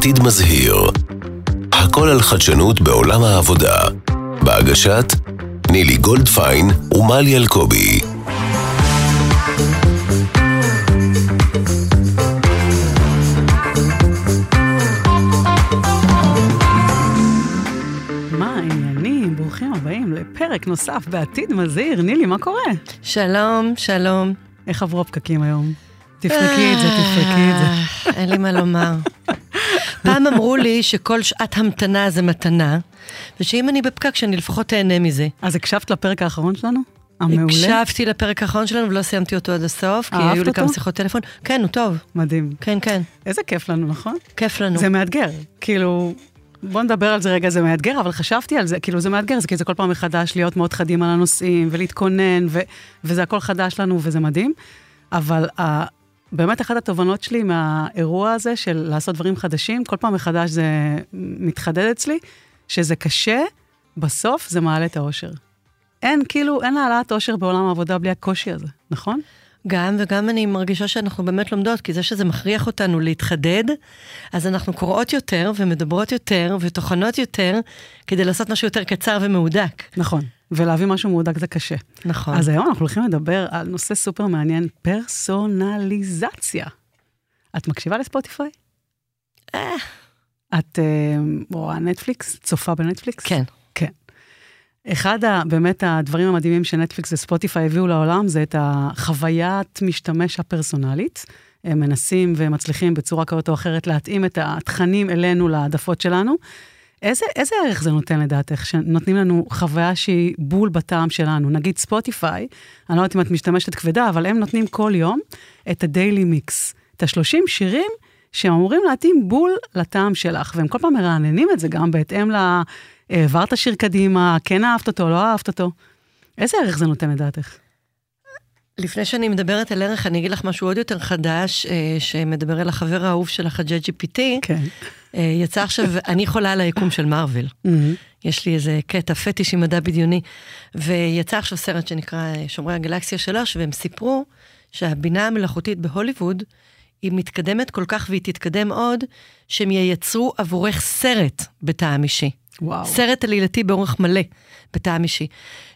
עתיד מזהיר. הכל על חדשנות בעולם העבודה. בהגשת נילי גולדפיין ומלי אלקובי. מה העניינים? ברוכים הבאים לפרק נוסף בעתיד מזהיר. נילי, מה קורה? שלום, שלום. איך עברו הפקקים היום? תפרקי את זה, תפרקי את זה. אין לי מה לומר. פעם אמרו לי שכל שעת המתנה זה מתנה, ושאם אני בפקק שאני לפחות תהנה מזה. אז הקשבת לפרק האחרון שלנו? המעולה? הקשבתי לפרק האחרון שלנו ולא סיימתי אותו עד הסוף, כי היו לי כמה שיחות טלפון. כן, הוא טוב. מדהים. כן, כן. איזה כיף לנו, נכון? כיף לנו. זה מאתגר. כאילו, בוא נדבר על זה רגע, זה מאתגר, אבל חשבתי על זה, כאילו זה מאתגר, זה כי זה כל פעם מחדש להיות מאוד חדים על הנושאים, ולהתכונן, וזה הכל חדש לנו, וזה מדהים. אבל באמת אחת התובנות שלי מהאירוע הזה של לעשות דברים חדשים, כל פעם מחדש זה מתחדד אצלי, שזה קשה, בסוף זה מעלה את האושר. אין העלאת אושר בעולם העבודה בלי הקושי הזה, נכון? גם וגם אני מרגישה שאנחנו באמת לומדות, כי זה שזה מכריח אותנו להתחדד, אז אנחנו קוראות יותר ומדברות יותר ותוכנות יותר, כדי לעשות משהו יותר קצר ומהודק. נכון, ולהביא משהו מהודק זה קשה. נכון. אז היום אנחנו הולכים לדבר על נושא סופר מעניין, פרסונליזציה. את מקשיבה לספוטיפיי? את רואה נטפליקס? צופה בנטפליקס? כן. כן. אחד באמת הדברים המדהימים שנטפליקס וספוטיפיי הביאו לעולם, זה את החוויית משתמש הפרסונלית. הם מנסים ומצליחים בצורה כזאת או אחרת להתאים את התכנים אלינו, לעדפות שלנו. איזה ערך זה נותן לדעתך, שנותנים לנו חוויה שהיא בול בטעם שלנו? נגיד ספוטיפיי, אני לא יודעת אם את משתמשת כבדה, אבל הם נותנים כל יום את הדיילי מיקס, את 30 שירים שאמורים להתאים בול לטעם שלך, והם כל פעם מרעננים את זה גם בהתאם העברת שיר קדימה, כן אהבת אותו, לא אהבת אותו. איזה ערך זה נותן לדעתך? לפני שאני מדברת על ערך, אני אגיד לך משהו עוד יותר חדש, שמדבר על החבר האהוב שלך, ה-JGPT. כן. יצא עכשיו, אני חולה על היקום של מרוול. יש לי איזה קטע פטיש עם מדע בדיוני, ויצא עכשיו סרט שנקרא שומרי הגלקסיה 3, והם סיפרו שהבינה המלאכותית בהוליווד, היא מתקדמת כל כך והיא תתקדם עוד, שהם ייצרו עבורך סרט בטעם אישי. וואו. סרט עלילתי באורך מלא בטעם אישי.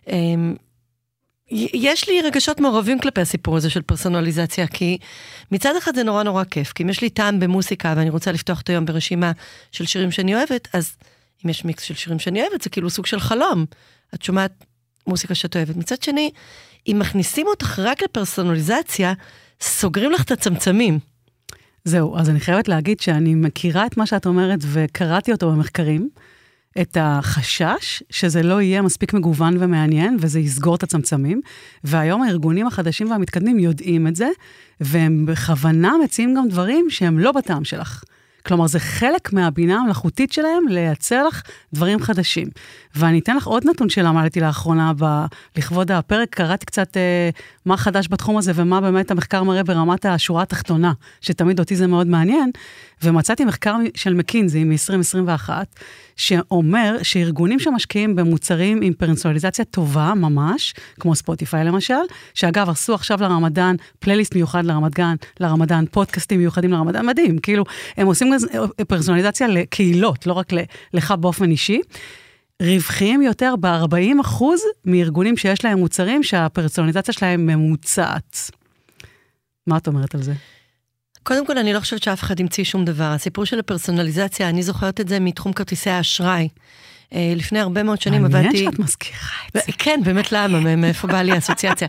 יש לי רגשות מעורבים כלפי הסיפור הזה של פרסונליזציה, כי מצד אחד זה נורא נורא כיף, כי אם יש לי טעם במוסיקה, ואני רוצה לפתוח את היום ברשימה של שירים שאני אוהבת, אז אם יש מיקס של שירים שאני אוהבת, זה כאילו סוג של חלום. את שומעת מוסיקה שאת אוהבת. מצד שני, אם מכניסים אותך רק לפרסונליזציה, סוגרים לך את הצמצמים. זהו, אז אני חייבת להגיד שאני מכירה את מה שאת אומרת, וקראתי אותו במחקרים, את החשש שזה לא יהיה מספיק מגוון ומעניין, וזה יסגור את הצמצמים, והיום הארגונים החדשים והמתקדמים יודעים את זה, והם בכוונה מציעים גם דברים שהם לא בטעם שלך. כלומר, זה חלק מהבינה המלאכותית שלהם לייצר לך דברים חדשים. ואני אתן לך עוד נתון שלמדתי לאחרונה, לכבוד הפרק, קראתי קצת מה חדש בתחום הזה, ומה באמת המחקר מראה ברמת השורה התחתונה, שתמיד אותי זה מאוד מעניין, ומצאתי מחקר של מקינזי מ-2021, שאומר שארגונים שמשקיעים במוצרים עם פרסונליזציה טובה ממש, כמו ספוטיפיי למשל, שאגב עשו עכשיו לרמדאן, פלייליסט מיוחד לרמדאן, פודקאסטים מיוחדים לרמדאן, מדהים, כאילו הם עושים פרסונליזציה לקהילות, לא רק לך באופן אישי, רווחיים יותר ב-40% מארגונים שיש להם מוצרים שהפרסונליזציה שלהם ממוצעת. מה את אומרת על זה? קודם כל, אני לא חושבת שאף אחד ימציא שום דבר. הסיפור של הפרסונליזציה, אני זוכרת את זה מתחום כרטיסי האשראי. לפני הרבה מאוד שנים עבדתי... מעניין שאת מזכירה את זה. כן, באמת למה, מאיפה באה לי האסוציאציה.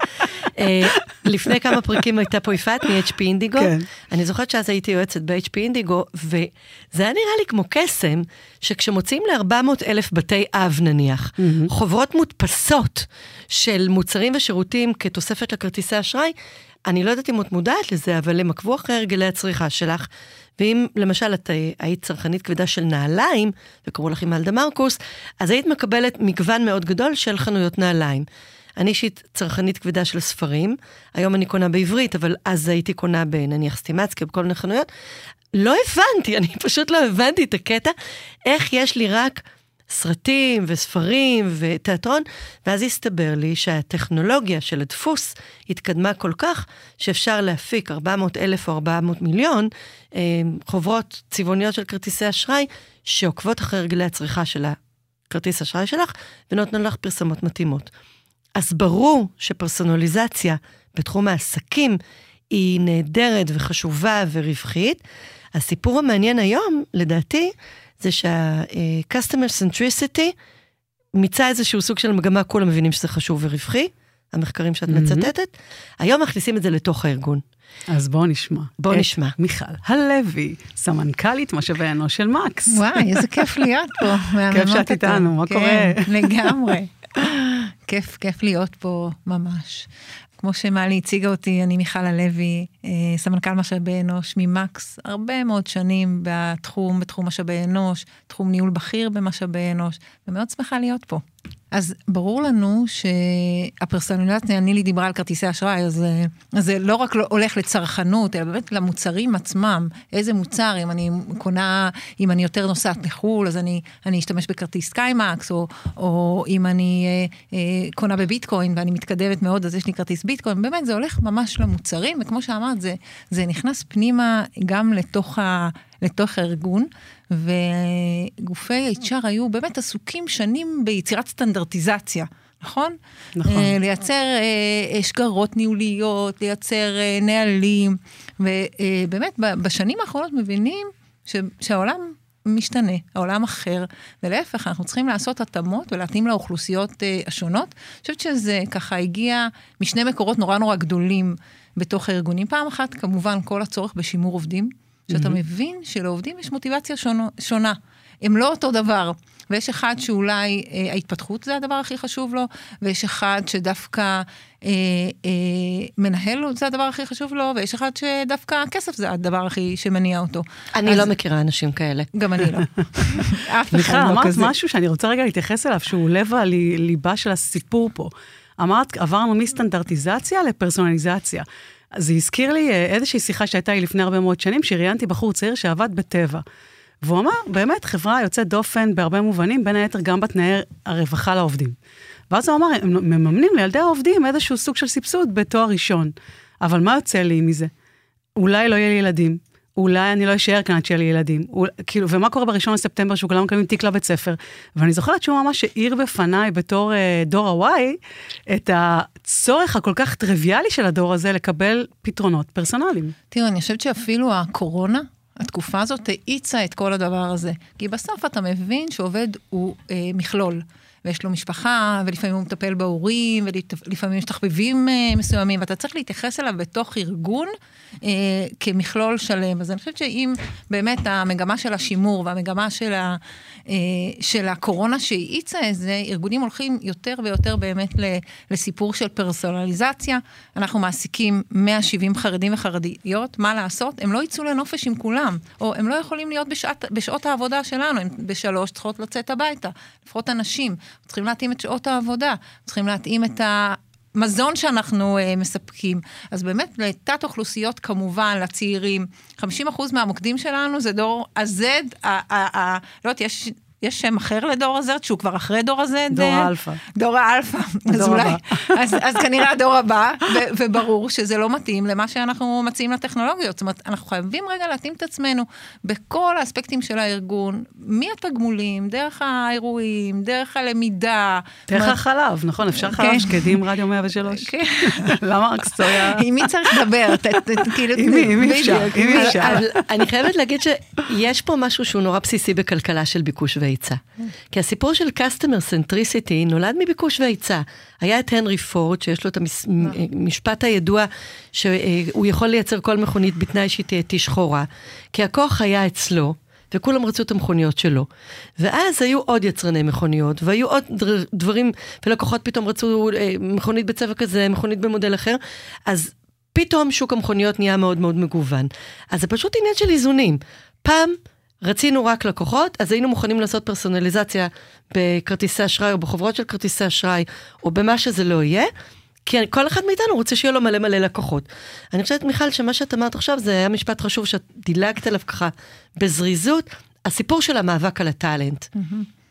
לפני כמה פרקים הייתה פה יפעת מ-HP אינדיגו. אני זוכרת שאז הייתי יועצת ב-HP אינדיגו, וזה היה נראה לי כמו קסם, שכשמוצאים ל-400,000 בתי אב נניח, חוברות מודפסות של מוצרים ושירותים כתוספת לכרטיסי אשראי, אני לא יודעת אם את מודעת לזה, אבל הם עקבו אחרי הרגלי הצריכה שלך, ואם למשל את היית צרכנית כבדה של נעליים, וקראו לך עם אלדה מרקוס, אז היית מקבלת מגוון מאוד גדול של חנויות נעליים. אני אישית צרכנית כבדה של ספרים, היום אני קונה בעברית, אבל אז הייתי קונה בנניח סטימצקי, בכל מיני חנויות. לא הבנתי, אני פשוט לא הבנתי את הקטע, איך יש לי רק סרטים וספרים ותיאטרון, ואז הסתבר לי שהטכנולוגיה של הדפוס התקדמה כל כך, שאפשר להפיק 400,000 או 400 מיליון חוברות צבעוניות של כרטיסי אשראי, שעוקבות אחרי רגלי הצריכה של הכרטיס אשראי שלך, ונותנו לך פרסמות מתאימות. אז ברור שפרסונליזציה בתחום העסקים היא נהדרת וחשובה ורווחית. הסיפור המעניין היום, לדעתי, זה שה-customer centricity מצא איזשהו סוג של מגמה, כולם מבינים שזה חשוב ורווחי, המחקרים שאת מצטטת, היום מכניסים את זה לתוך הארגון. אז בואו נשמע. בואו נשמע. מיכל הלוי, סמנכ"לית משאבי אנוש של מקס. וואי, איזה כיף להיות פה. כיף שאת איתנו, מה קורה? כן, לגמרי. כיף להיות פה ממש. כמו שמלי הציגה אותי, אני מיכל הלוי, סמנכ"ל משאבי אנוש ממקס, הרבה מאוד שנים בתחום משאבי אנוש, תחום ניהול בכיר במשאבי אנוש, ומאוד שמחה להיות פה. אז ברור לנו שהפרסונליזציה, נילי דיברה על כרטיסי אשראי, אז זה לא רק הולך לצרכנות, אלא באמת למוצרים עצמם. איזה מוצר, אם אני יותר נוסעת לחול, אז אני אשתמש בכרטיס סקיימקס, או אם אני קונה בביטקוין, ואני מתקדמת מאוד, אז יש לי כרטיס ביטקוין. באמת, זה הולך ממש למוצרים, וכמו שאמרת, זה נכנס פנימה גם לתוך הארגון, וגופי HR היו באמת עסוקים שנים ביצירת סטנדרטיזציה, נכון? נכון. לייצר שגרות ניהוליות, לייצר נהלים, ובאמת בשנים האחרונות מבינים שהעולם משתנה, העולם אחר, ולהפך, אנחנו צריכים לעשות התאמות ולהתאים לאוכלוסיות השונות. אני חושבת שזה ככה הגיע משני מקורות נורא גדולים בתוך הארגונים. פעם אחת, כמובן, כל הצורך בשימור עובדים, שאתה מבין שלעובדים יש מוטיבציה שונה. הם לא אותו דבר. ויש אחד שאולי ההתפתחות זה הדבר הכי חשוב לו, ויש אחד שדווקא מנהל לו זה הדבר הכי חשוב לו, ויש אחד שדווקא הכסף זה הדבר הכי שמניע אותו. אני לא מכירה אנשים כאלה. גם אני לא. אף מיכל, אחד לא אמרת כזה. משהו שאני רוצה רגע להתייחס אליו, שהוא לב הליבה של הסיפור פה. אמרת, עברנו מסטנדרטיזציה לפרסונליזציה. זה הזכיר לי איזושהי שיחה שהייתה לי לפני הרבה מאוד שנים, שראיינתי בחור צעיר שעבד בטבע. והוא אמר, באמת, חברה יוצאת דופן בהרבה מובנים, בין היתר גם בתנאי הרווחה לעובדים. ואז הוא אמר, הם מממנים לילדי העובדים איזשהו סוג של סבסוד בתואר ראשון. אבל מה יוצא לי מזה? אולי לא יהיה לי ילדים, אולי אני לא אשאר כאן עד שיהיה לי ילדים. כאילו, ומה קורה ב1 לספטמבר, שהוא כולם מקבלים תיק לבית ספר? ואני זוכרת שהוא ממש העיר בפניי בתור דור ה-Y, את הצורך הכל כך טריוויאלי של הדור הזה לקבל פתרונות פרסונליים. תראו, אני חושבת שאפילו הקורונה, התקופה הזאת האיצה את כל הדבר הזה. כי בסוף אתה מבין שעובד הוא מכלול. ויש לו משפחה, ולפעמים הוא מטפל בהורים, ולפעמים יש תחביבים מסוימים, ואתה צריך להתייחס אליו בתוך ארגון כמכלול שלם. אז אני חושבת שאם באמת המגמה של השימור, והמגמה של הקורונה שהאיצה איזה, ארגונים הולכים יותר ויותר באמת לסיפור של פרסונליזציה. אנחנו מעסיקים 170 חרדים וחרדיות, מה לעשות? הם לא יצאו לנופש עם כולם, או הם לא יכולים להיות בשעות העבודה שלנו, הם ב3 צריכות לצאת הביתה, לפחות אנשים. צריכים להתאים את שעות העבודה, צריכים להתאים את המזון שאנחנו מספקים. אז באמת, לתת אוכלוסיות כמובן, לצעירים, 50% מהמוקדים שלנו זה דור ה-Z, לא יודעת, יש שם אחר לדור ה-Z, שהוא כבר אחרי דור ה-Z. דור האלפא. דור האלפא. אז אולי, אז כנראה הדור הבא, וברור שזה לא מתאים למה שאנחנו מציעים לטכנולוגיות. זאת אומרת, אנחנו חייבים רגע להתאים את עצמנו בכל האספקטים של הארגון, מהתגמולים, דרך האירועים, דרך הלמידה. דרך החלב, נכון, אפשר חלב שקדים רדיו 103. כן. למה רק סטוריה? עם מי צריך לדבר? עם מי אפשר? אני חייבת להגיד שיש פה משהו שהוא נורא בסיסי בכלכלה של ביקוש והיצע. כי הסיפור של customer centricity נולד מביקוש והיצע. היה את הנרי פורד, שיש לו את המשפט הידוע, שהוא יכול לייצר כל מכונית בתנאי שהיא תהיה שחורה, כי הכוח היה אצלו, וכולם רצו את המכוניות שלו. ואז היו עוד יצרני מכוניות, והיו עוד דברים, ולקוחות פתאום רצו מכונית בצבע כזה, מכונית במודל אחר, אז פתאום שוק המכוניות נהיה מאוד מאוד מגוון. אז זה פשוט עניין של איזונים. פעם רצינו רק לקוחות, אז היינו מוכנים לעשות פרסונליזציה בכרטיסי אשראי, או בחוברות של כרטיסי אשראי, או במה שזה לא יהיה, כי כל אחד מאיתנו רוצה שיהיה לו מלא מלא לקוחות. אני חושבת, מיכל, שמה שאת אמרת עכשיו, זה היה משפט חשוב שאת דילגת עליו ככה בזריזות, הסיפור של המאבק על הטלנט.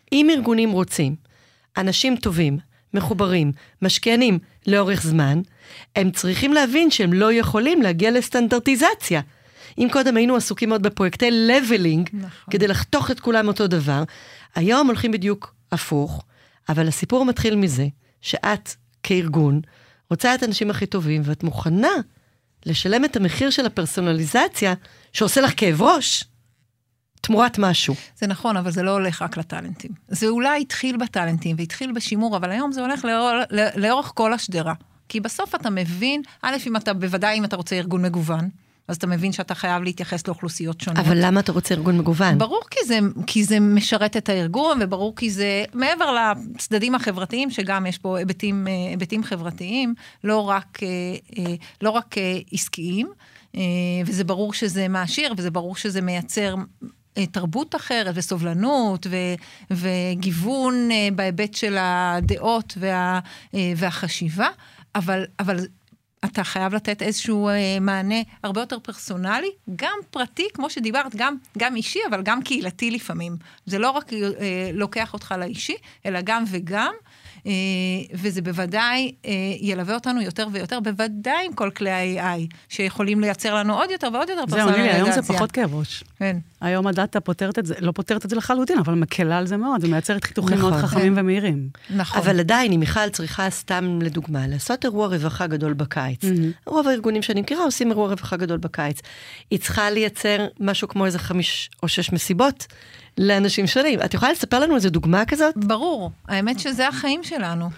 אם ארגונים רוצים, אנשים טובים, מחוברים, משקיענים לאורך זמן, הם צריכים להבין שהם לא יכולים להגיע לסטנדרטיזציה. אם קודם היינו עסוקים מאוד בפרויקטי לבלינג, כדי לחתוך את כולם אותו דבר, היום הולכים בדיוק הפוך, אבל הסיפור מתחיל מזה, שאת כארגון רוצה את האנשים הכי טובים, ואת מוכנה לשלם את המחיר של הפרסונליזציה, שעושה לך כאב ראש, תמורת משהו. זה נכון, אבל זה לא הולך רק לטלנטים. זה אולי התחיל בטלנטים, והתחיל בשימור, אבל היום זה הולך לאורך כל השדרה. כי בסוף אתה מבין, א', בוודאי אם אתה רוצה ארגון מגוון, אז אתה מבין שאתה חייב להתייחס לאוכלוסיות שונות. אבל למה אתה רוצה ארגון מגוון? ברור כי זה משרת את הארגון, וברור כי זה מעבר לצדדים החברתיים, שגם יש פה היבטים חברתיים, לא רק עסקיים, וזה ברור שזה מעשיר, וזה ברור שזה מייצר תרבות אחרת, וסובלנות, וגיוון בהיבט של הדעות והחשיבה, אבל אתה חייב לתת איזשהו מענה הרבה יותר פרסונלי, גם פרטי, כמו שדיברת, גם אישי, אבל גם קהילתי לפעמים. זה לא רק לוקח אותך לאישי, אלא גם וגם, וזה בוודאי ילווה אותנו יותר ויותר, בוודאי עם כל כלי ה-AI, שיכולים לייצר לנו עוד יותר ועוד יותר פרסונליזציה. זהו, היום זה פחות כאב ראש. כן. היום הדאטה פותרת את זה, לא פותרת את זה לחלוטין, אבל מקלה על זה מאוד, זה מייצרת חיתוכים מאוד חכמים ומהירים. נכון. אבל עדיין, אם מיכל צריכה סתם לדוגמה, לעשות אירוע רווחה גדול בקיץ, רוב הארגונים שאני מכירה עושים אירוע רווחה גדול בקיץ, היא צריכה לייצר משהו כמו איזה 5 או 6 מסיבות, לאנשים שונים. את יכולה לספר לנו איזו דוגמה כזאת? ברור. האמת שזה החיים שלנו.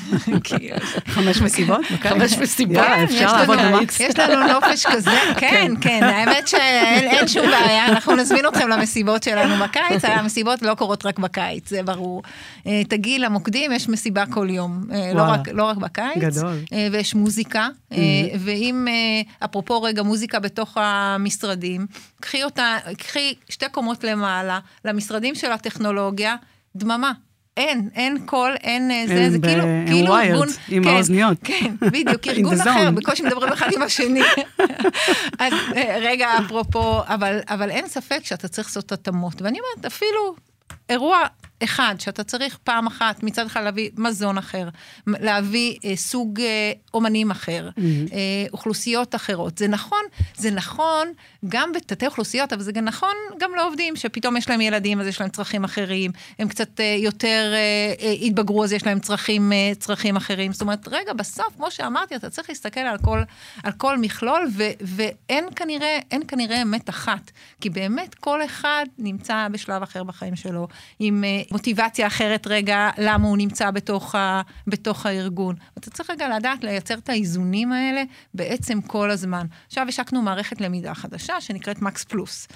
5 מסיבות? 5 מסיבות. אפשר לעבוד במקס. יש לנו נופש כזה. כן, כן. האמת שאין שום בעיה. אנחנו נזמין אתכם למסיבות שלנו בקיץ. המסיבות לא קורות רק בקיץ, זה ברור. תגיעי למוקדים, יש מסיבה כל יום. לא רק בקיץ. גדול. ויש מוזיקה. ואם, אפרופו רגע מוזיקה בתוך המשרדים, קחי 2 קומות למעלה, למשרדים של הטכנולוגיה, דממה. אין קול, אין זה, זה כאילו ארגון. עם האוזניות. כן, בדיוק, ארגון אחר, בקושי מדברים אחד עם השני. אז רגע, אפרופו, אבל אין ספק שאתה צריך לעשות התאמות, ואני אומרת, אפילו אירוע אחד, שאתה צריך פעם אחת, מצד אחד להביא מזון אחר, להביא סוג אומנים אחר, אוכלוסיות אחרות. זה נכון גם בתתי אוכלוסיות, אבל זה גם נכון גם לעובדים, שפתאום יש להם ילדים, אז יש להם צרכים אחרים, הם קצת יותר התבגרו, אז יש להם צרכים אחרים. זאת אומרת, רגע, בסוף, כמו שאמרתי, אתה צריך להסתכל על כל מכלול, ואין כנראה אמת אחת, כי באמת כל אחד נמצא בשלב אחר בחיים שלו, עם מוטיבציה אחרת רגע, למה הוא נמצא בתוך הארגון. אתה צריך רגע לדעת לייצר את האיזונים האלה בעצם כל הזמן. עכשיו השקנו מערכת למידה חדשה שנקראת מקס פלוס.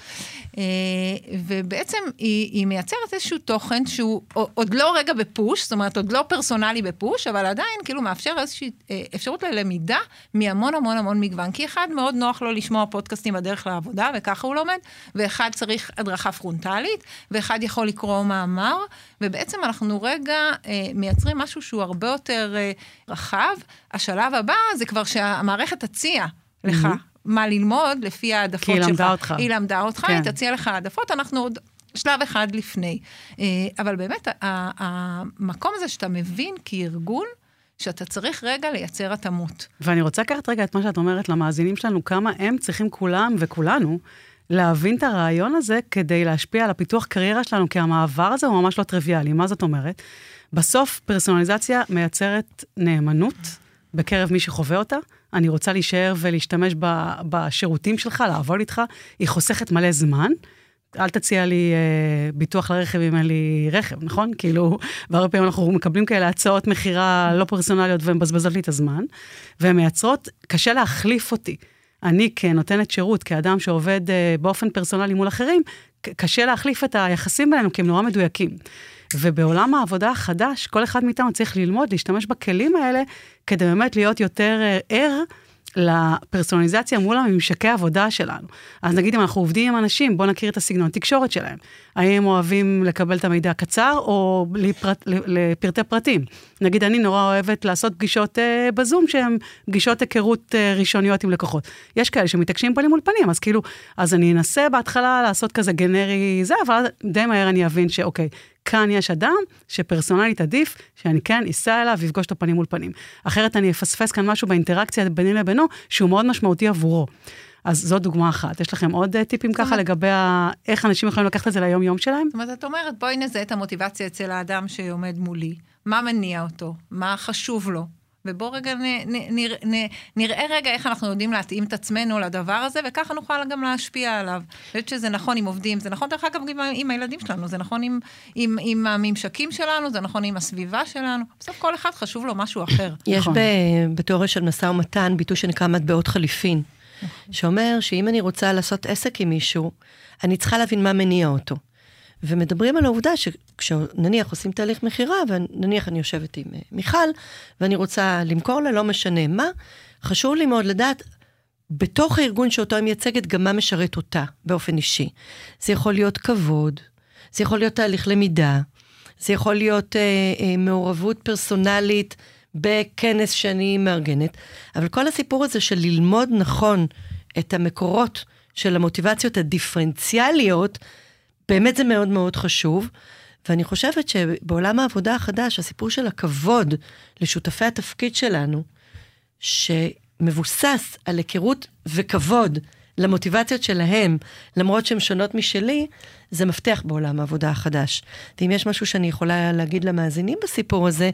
ובעצם היא מייצרת איזשהו תוכן שהוא עוד לא רגע בפוש, זאת אומרת עוד לא פרסונלי בפוש, אבל עדיין כאילו מאפשר איזושהי אפשרות ללמידה מהמון המון המון מגוון. כי אחד מאוד נוח לו לשמוע פודקאסטים בדרך לעבודה, וככה הוא לומד, ואחד צריך הדרכה פרונטלית, ואחד יכול לקרוא מאמר, ובעצם אנחנו רגע מייצרים משהו שהוא הרבה יותר רחב. השלב הבא זה כבר שהמערכת תציע לך מה ללמוד לפי העדפות שלך. היא למדה אותך, היא תציע לך העדפות, אנחנו עוד שלב אחד לפני. אבל באמת, המקום הזה שאתה מבין כארגון, שאתה צריך רגע לייצר התאמות. ואני רוצה לקחת רגע את מה שאת אומרת למאזינים שלנו, כמה הם צריכים כולם וכולנו, להבין את הרעיון הזה כדי להשפיע על הפיתוח קריירה שלנו, כי המעבר הזה הוא ממש לא טריוויאלי. מה זאת אומרת? בסוף פרסונליזציה מייצרת נאמנות בקרב מי שחווה אותה. אני רוצה להישאר ולהשתמש בשירותים שלך, לעבוד איתך. היא חוסכת מלא זמן. אל תציע לי ביטוח לרכב אם אין לי רכב, נכון? כאילו, והרבה פעמים אנחנו מקבלים כאלה הצעות מחירה לא פרסונליות והן מבזבזות לי את הזמן. והן מייצרות, קשה להחליף אותי. אני כנותנת שירות, כאדם שעובד באופן פרסונלי מול אחרים, קשה להחליף את היחסים בינינו, כי הם נורא מדויקים. ובעולם העבודה החדש, כל אחד מאיתנו צריך ללמוד, להשתמש בכלים האלה, כדי באמת להיות יותר ער לפרסונליזציה מול הממשקי העבודה שלנו. אז נגיד, אם אנחנו עובדים עם אנשים, בוא נכיר את הסגנון תקשורת שלהם. האם אוהבים לקבל את המידע קצר, או לפרטי פרטים. נגיד, אני נורא אוהבת לעשות פגישות בזום, שהן פגישות היכרות ראשוניות עם לקוחות. יש כאלה שמתעקשים פנים מול פנים, אז כאילו, אז אני אנסה בהתחלה לעשות כזה גנרי זה, אבל די מהר אני אבין שאוקיי, כאן יש אדם שפרסונלית עדיף, שאני כן אסע אליו ויפגוש אותו פנים מול פנים. אחרת אני אפספס כאן משהו באינטראקציה ביני לבינו, שהוא מאוד משמעותי עבורו. אז זו דוגמה אחת. יש לכם עוד טיפים ככה לגבי איך אנשים יכולים לקחת את זה ליום-יום שלהם? זאת אומרת, את אומרת, בואי נזהה את המוטיבציה אצל האדם שעומד מולי. מה מניע אותו? מה חשוב לו? ובואו רגע נראה רגע איך אנחנו יודעים להתאים את עצמנו לדבר הזה, וככה נוכל גם להשפיע עליו. אני חושבת שזה נכון עם עובדים, זה נכון דרך אגב עם הילדים שלנו, זה נכון עם הממשקים שלנו, זה נכון עם הסביבה שלנו. בסוף כל אחד חשוב לו משהו אחר. יש בתיאוריה של משא ומתן ביטוי שנקרא מטבעות חליפין, שאומר שאם אני רוצה לעשות עסק עם מישהו, אני צריכה להבין מה מניע אותו. ומדברים על העובדה שכשנניח עושים תהליך מחירה, ונניח אני יושבת עם מיכל, ואני רוצה למכור לה, לא משנה מה, חשוב לי מאוד לדעת, בתוך הארגון שאותו היא מייצגת, גם מה משרת אותה באופן אישי. זה יכול להיות כבוד, זה יכול להיות תהליך למידה, זה יכול להיות מעורבות פרסונלית בכנס שאני מארגנת, אבל כל הסיפור הזה של ללמוד נכון את המקורות של המוטיבציות הדיפרנציאליות, באמת זה מאוד מאוד חשוב, ואני חושבת שבעולם העבודה החדש, הסיפור של הכבוד לשותפי התפקיד שלנו, שמבוסס על היכרות וכבוד למוטיבציות שלהם, למרות שהן שונות משלי, זה מפתח בעולם העבודה החדש. ואם יש משהו שאני יכולה להגיד למאזינים בסיפור הזה,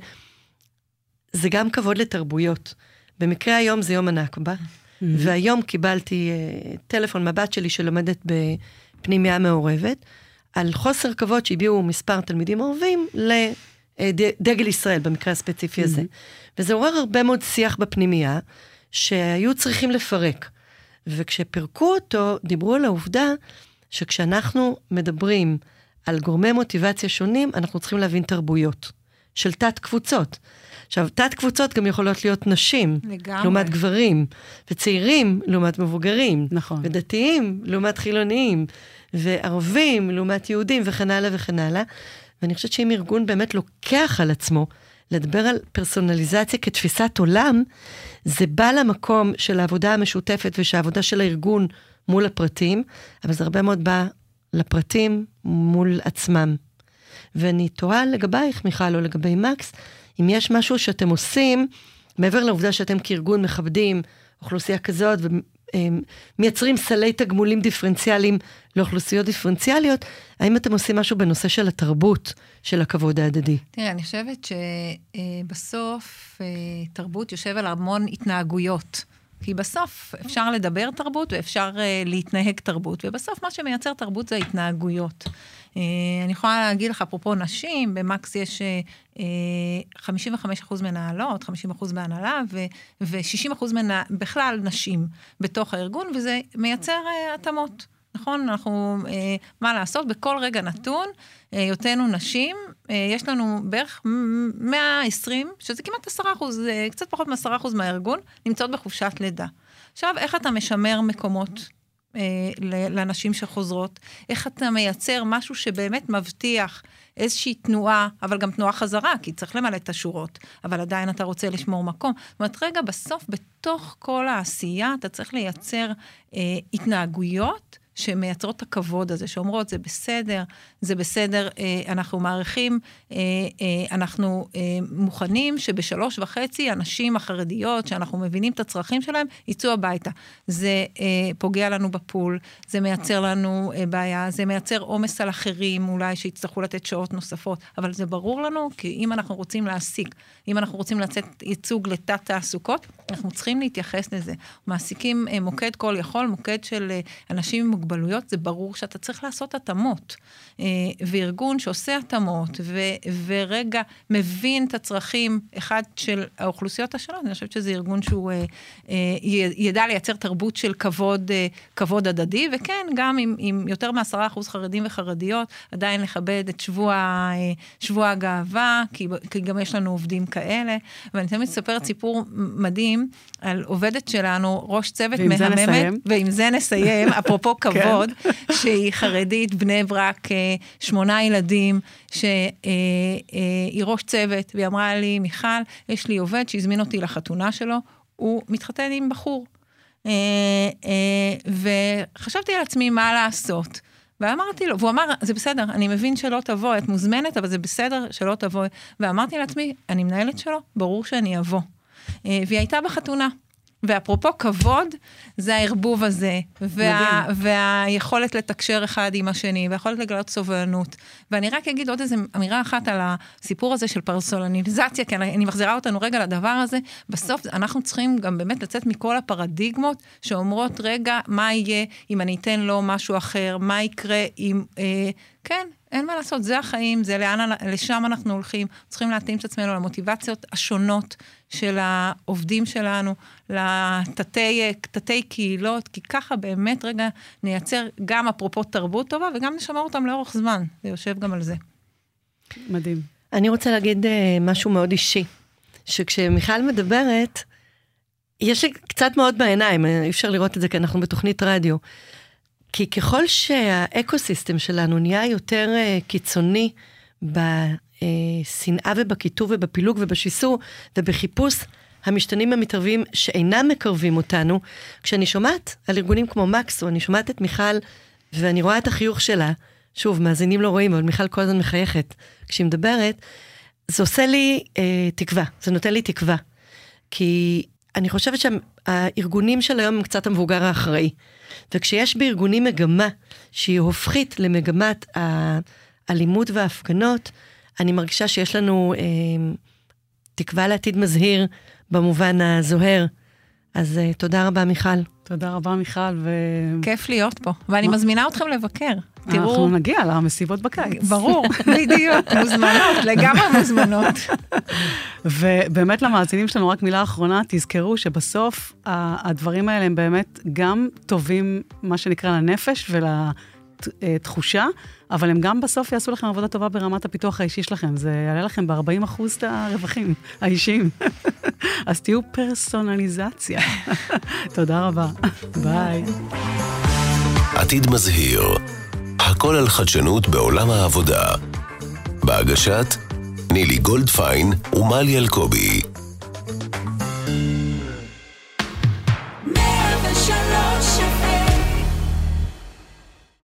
זה גם כבוד לתרבויות. במקרה היום זה יום הנכבה, והיום קיבלתי טלפון מהבת שלי שלומדת בפנימייה מעורבת, על חוסר כבוד שהביאו מספר תלמידים ערבים לדגל ישראל, במקרה הספציפי הזה. וזה עורר הרבה מאוד שיח בפנימייה, שהיו צריכים לפרק. וכשפרקו אותו, דיברו על העובדה, שכשאנחנו מדברים על גורמי מוטיבציה שונים, אנחנו צריכים להבין תרבויות, של תת קבוצות. עכשיו, תת קבוצות גם יכולות להיות נשים, לגמרי. לעומת גברים, וצעירים לעומת מבוגרים, נכון. ודתיים לעומת חילוניים, וערבים לעומת יהודים, וכן הלאה וכן הלאה. ואני חושבת שאם ארגון באמת לוקח על עצמו, לדבר על פרסונליזציה כתפיסת עולם, זה בא למקום של העבודה המשותפת, ושהעבודה של הארגון מול הפרטים, אבל זה הרבה מאוד בא לפרטים מול עצמם. ואני תוהה לגבייך, מיכל, או לגבי מקס, אם יש משהו שאתם עושים, מעבר לעובדה שאתם כארגון מכבדים אוכלוסייה כזאת, ומייצרים סלי תגמולים דיפרנציאליים לאוכלוסיות דיפרנציאליות, האם אתם עושים משהו בנושא של התרבות, של הכבוד ההדדי? תראה, אני חושבת שבסוף תרבות יושב על המון התנהגויות. כי בסוף אפשר לדבר תרבות ואפשר להתנהג תרבות, ובסוף מה שמייצר תרבות זה התנהגויות. אני יכולה להגיד לך, אפרופו נשים, במקס יש 55% מנהלות, 50% בהנהלה, ו-60% בכלל נשים בתוך הארגון, וזה מייצר התאמות. נכון? אנחנו, מה לעשות? בכל רגע נתון, היותנו נשים, יש לנו בערך 120, שזה כמעט 10%, קצת פחות מ10% מהארגון, נמצאות בחופשת לידה. עכשיו, איך אתה משמר מקומות לנשים שחוזרות? איך אתה מייצר משהו שבאמת מבטיח איזושהי תנועה, אבל גם תנועה חזרה, כי צריך למלא את השורות, אבל עדיין אתה רוצה לשמור מקום. זאת אומרת, רגע, בסוף, בתוך כל העשייה, אתה צריך לייצר התנהגויות, שמייצרות את הכבוד הזה, שאומרות, זה בסדר, אנחנו מעריכים, אנחנו מוכנים שב3:30 הנשים החרדיות, שאנחנו מבינים את הצרכים שלהם, יצאו הביתה. זה פוגע לנו בפול, זה מייצר לנו בעיה, זה מייצר עומס על אחרים, אולי שיצטרכו לתת שעות נוספות, אבל זה ברור לנו, כי אם אנחנו רוצים להעסיק, אם אנחנו רוצים לצאת ייצוג לתת תעסוקות, אנחנו צריכים להתייחס לזה. מעסיקים מוקד כל יכול, מוקד של אנשים עם מוגבלויות, זה ברור שאתה צריך לעשות התאמות. וארגון שעושה התאמות, ורגע מבין את הצרכים אחד של האוכלוסיות השונות, אני חושבת שזה ארגון שהוא ידע לייצר תרבות של כבוד הדדי, וכן, גם עם יותר מ10% חרדים וחרדיות, עדיין לכבד את שבוע הגאווה, כי גם יש לנו עובדים כאלה, ואני תמיד מספרת סיפור מדהים, על עובדת שלנו, ראש צוות מהממת, ועם זה נסיים, אפרופו כבוד, שהיא חרדית, בני ברק, 8 ילדים, שהיא ראש צוות, והיא אמרה לי, מיכל, יש לי עובד שהזמין אותי לחתונה שלו, הוא מתחתן עם בחור. וחשבתי על עצמי מה לעשות. ואמרתי לו, והוא אמר, זה בסדר, אני מבין שלא תבוא, את מוזמנת, אבל זה בסדר שלא תבוא. ואמרתי לעצמי, אני מנהלת שלו, ברור שאני אבוא. והיא הייתה בחתונה. ואפרופו כבוד, זה הערבוב הזה, והיכולת לתקשר אחד עם השני, והיכולת לגלות סובלנות. ואני רק אגיד עוד איזו אמירה אחת על הסיפור הזה של פרסונליזציה, כי אני מחזירה אותנו רגע לדבר הזה, בסוף אנחנו צריכים גם באמת לצאת מכל הפרדיגמות, שאומרות רגע, מה יהיה אם אני אתן לו משהו אחר, מה יקרה אם, כן, אין מה לעשות, זה החיים, זה לשם אנחנו הולכים, צריכים להתאים את עצמנו למוטיבציות השונות של העובדים שלנו, לתתי קהילות, כי ככה באמת רגע נייצר גם אפרופו תרבות טובה, וגם נשמר אותם לאורך זמן, זה יושב גם על זה. מדהים. אני רוצה להגיד משהו מאוד אישי, שכשמיכל מדברת, יש לי קצת מאוד בעיניים, אי אפשר לראות את זה כי אנחנו בתוכנית רדיו, כי ככל שהאקוסיסטם שלנו נהיה יותר קיצוני בשנאה ובכיתוב ובפילוג ובשיסור ובחיפוש המשתנים המתערבים שאינם מקרבים אותנו, כשאני שומעת על ארגונים כמו מקס, או אני שומעת את מיכל ואני רואה את החיוך שלה, שוב, מאזינים לא רואים, אבל מיכל כל הזמן מחייכת כשהיא מדברת, זה עושה לי תקווה, זה נותן לי תקווה. כי אני חושבת שהארגונים של היום הם קצת המבוגר האחראי. וכשיש בארגונים מגמה שהיא הופכית למגמת האלימות וההפגנות, אני מרגישה שיש לנו תקווה לעתיד מזהיר במובן הזוהר. אז תודה רבה מיכל. תודה רבה מיכל. כיף להיות פה, ואני מזמינה אתכם לבקר. אנחנו נגיע למסיבות בקיץ. ברור, בדיוק, מוזמנות, לגמרי מוזמנות. ובאמת למאזינים שלנו, רק מילה אחרונה, תזכרו שבסוף הדברים האלה הם באמת גם טובים, מה שנקרא לנפש ולתחושה, אבל הם גם בסוף יעשו לכם עבודה טובה ברמת הפיתוח האישי שלכם. זה יעלה לכם ב-40% את הרווחים האישיים. אז תהיו פרסונליזציה. תודה רבה. ביי. עתיד מזהיר. הכל על חדשנות בעולם העבודה. בהגשת נילי גולדפיין ומלי אלקובי.